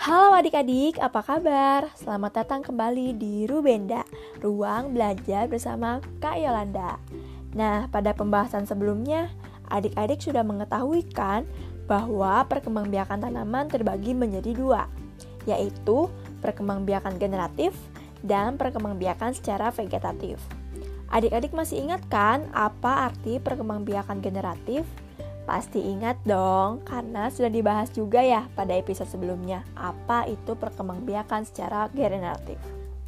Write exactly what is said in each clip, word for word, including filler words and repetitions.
Halo adik-adik, apa kabar? Selamat datang kembali di Rubenda, ruang belajar bersama Kak Yolanda. Nah, pada pembahasan sebelumnya, adik-adik sudah mengetahui kan bahwa perkembangbiakan tanaman terbagi menjadi dua, yaitu perkembangbiakan generatif dan perkembangbiakan secara vegetatif. Adik-adik masih ingat kan apa arti perkembangbiakan generatif? Pasti ingat dong, karena sudah dibahas juga ya pada episode sebelumnya, apa itu perkembangbiakan secara generatif.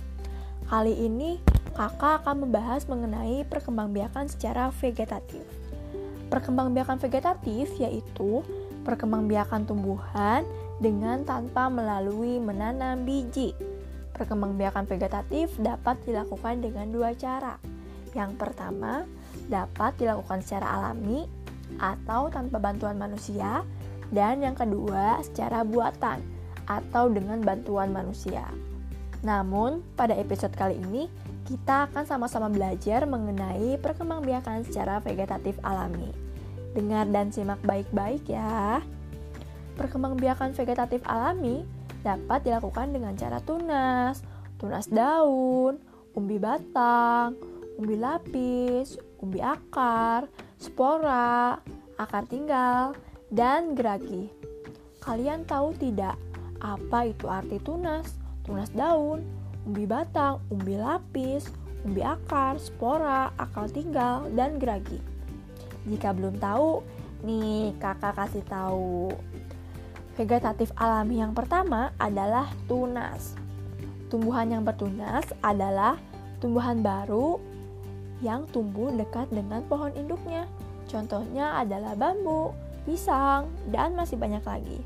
Kali ini, kakak akan membahas mengenai perkembangbiakan secara vegetatif. Perkembangbiakan vegetatif yaitu perkembangbiakan tumbuhan dengan tanpa melalui menanam biji. Perkembangbiakan vegetatif dapat dilakukan dengan dua cara. Yang pertama, dapat dilakukan secara alami atau tanpa bantuan manusia, dan yang kedua secara buatan atau dengan bantuan manusia. Namun, pada episode kali ini kita akan sama-sama belajar mengenai perkembangbiakan secara vegetatif alami. Dengar dan simak baik-baik ya. Perkembangbiakan vegetatif alami dapat dilakukan dengan cara tunas, tunas daun, umbi batang, umbi lapis, umbi akar, spora, akar tinggal, dan geragi. Kalian tahu tidak apa itu arti tunas, tunas daun, umbi batang, umbi lapis, umbi akar, spora, akar tinggal, dan geragi? Jika belum tahu, nih kakak kasih tahu. Vegetatif alami yang pertama adalah tunas. Tumbuhan yang bertunas adalah tumbuhan baru yang tumbuh dekat dengan pohon induknya. Contohnya adalah bambu, pisang, dan masih banyak lagi.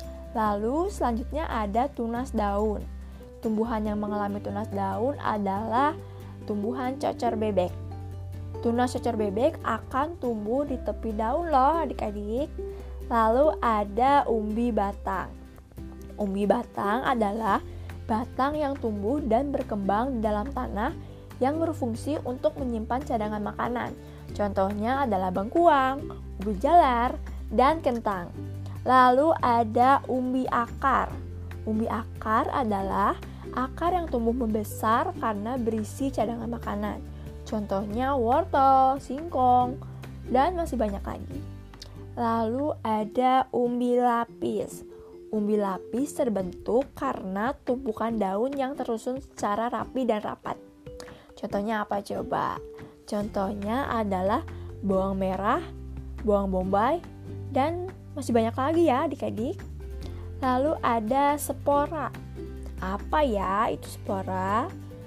Lalu selanjutnya ada tunas daun. Tumbuhan yang mengalami tunas daun adalah tumbuhan cocor bebek. Tunas cocor bebek akan tumbuh di tepi daun loh adik-adik. Lalu ada umbi batang. Umbi batang adalah batang yang tumbuh dan berkembang di dalam tanah yang berfungsi untuk menyimpan cadangan makanan. Contohnya adalah bengkuang, ubi jalar, dan kentang. Lalu ada umbi akar. Umbi akar adalah akar yang tumbuh membesar karena berisi cadangan makanan. Contohnya wortel, singkong, dan masih banyak lagi. Lalu ada umbi lapis. Umbi lapis terbentuk karena tumpukan daun yang tersusun secara rapi dan rapat. Contohnya apa coba? Contohnya adalah bawang merah, bawang bombay, dan masih banyak lagi ya adik-adik. Lalu ada spora. Apa ya itu spora?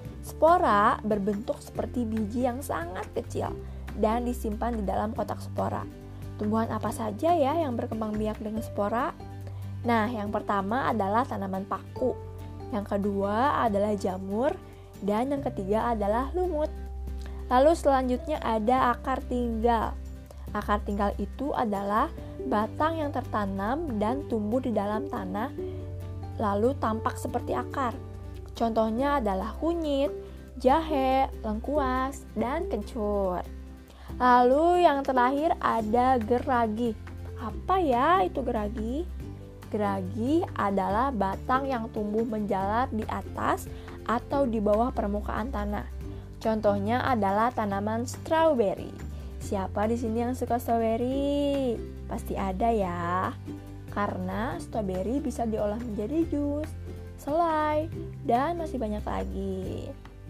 Spora berbentuk seperti biji yang sangat kecil dan disimpan di dalam kotak spora. Tumbuhan apa saja ya yang berkembang biak dengan spora? Nah, yang pertama adalah tanaman paku. Yang kedua adalah jamur. Dan yang ketiga adalah lumut. Lalu selanjutnya ada akar tinggal. Akar tinggal itu adalah batang yang tertanam dan tumbuh di dalam tanah, lalu tampak seperti akar. Contohnya adalah kunyit, jahe, lengkuas, dan kencur. Lalu yang terakhir ada geragi. Apa ya itu geragi? Geragi adalah batang yang tumbuh menjalar di atas atau di bawah permukaan tanah. Contohnya adalah tanaman strawberry. Siapa di sini yang suka strawberry? Pasti ada ya. Karena strawberry bisa diolah menjadi jus, selai, dan masih banyak lagi.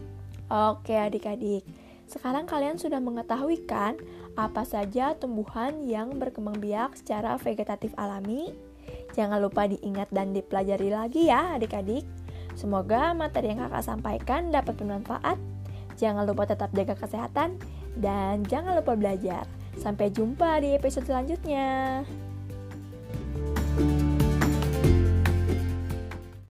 Oke adik-adik, sekarang kalian sudah mengetahui kan apa saja tumbuhan yang berkembang biak secara vegetatif alami? Jangan lupa diingat dan dipelajari lagi ya adik-adik. Semoga materi yang kakak sampaikan dapat bermanfaat. Jangan lupa tetap jaga kesehatan dan jangan lupa belajar. Sampai jumpa di episode selanjutnya.